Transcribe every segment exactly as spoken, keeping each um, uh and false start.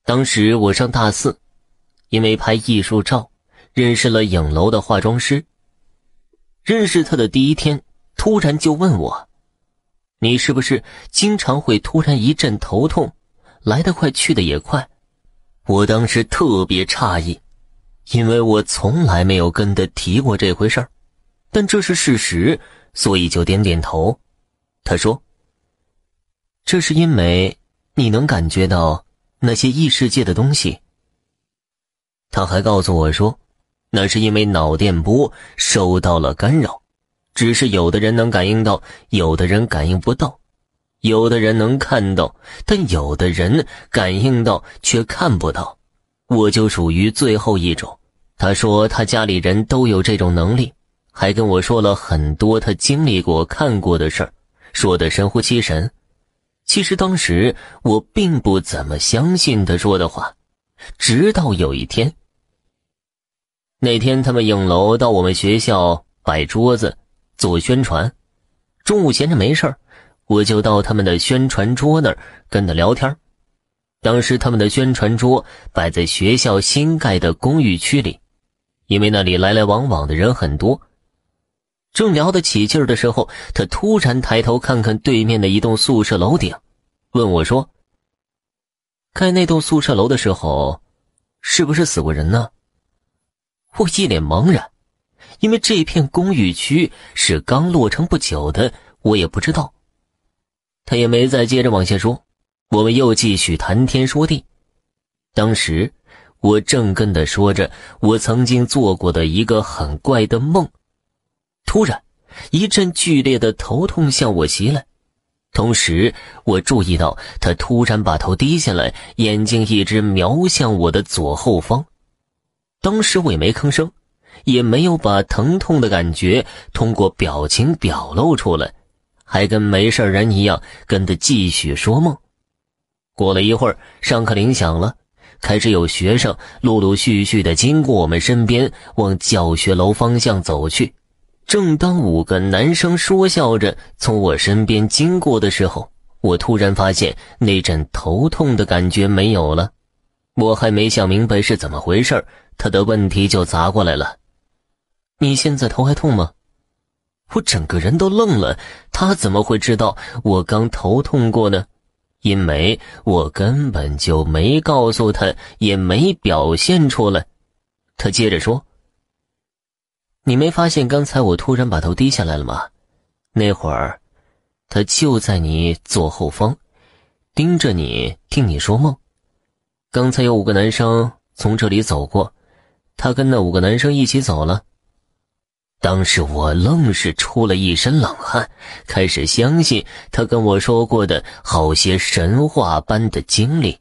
当时我上大四，因为拍艺术照认识了影楼的化妆师。认识他的第一天，突然就问我，你是不是经常会突然一阵头痛，来得快去得也快？我当时特别诧异，因为我从来没有跟他提过这回事儿，但这是事实，所以就点点头。他说，这是因为你能感觉到那些异世界的东西。他还告诉我说，那是因为脑电波受到了干扰，只是有的人能感应到，有的人感应不到，有的人能看到，但有的人感应到却看不到，我就属于最后一种。他说他家里人都有这种能力，还跟我说了很多他经历过看过的事儿，说得神乎其神。其实当时我并不怎么相信他说的话，直到有一天，那天他们影楼到我们学校摆桌子做宣传，中午闲着没事儿，我就到他们的宣传桌那儿跟他聊天。当时他们的宣传桌摆在学校新盖的公寓区里，因为那里来来往往的人很多。正聊得起劲儿的时候，他突然抬头看看对面的一栋宿舍楼顶，问我说，盖那栋宿舍楼的时候是不是死过人呢？我一脸茫然，因为这片公寓区是刚落成不久的，我也不知道。他也没再接着往下说，我们又继续谈天说地。当时我正跟他说着我曾经做过的一个很怪的梦，突然一阵剧烈的头痛向我袭来，同时我注意到他突然把头低下来，眼睛一直瞄向我的左后方。当时我也没吭声，也没有把疼痛的感觉通过表情表露出来，还跟没事人一样跟他继续说梦。过了一会儿，上课铃响了，开始有学生陆陆续续地经过我们身边，往教学楼方向走去。正当五个男生说笑着从我身边经过的时候，我突然发现那阵头痛的感觉没有了。我还没想明白是怎么回事，他的问题就砸过来了，你现在头还痛吗？我整个人都愣了，他怎么会知道我刚头痛过呢？因为我根本就没告诉他，也没表现出来。他接着说，你没发现刚才我突然把头低下来了吗？那会儿他就在你左后方，盯着你听你说梦。刚才有五个男生从这里走过，他跟那五个男生一起走了。当时我愣是出了一身冷汗，开始相信他跟我说过的好些神话般的经历。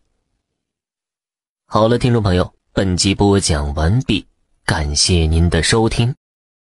好了，听众朋友，本集播讲完毕，感谢您的收听。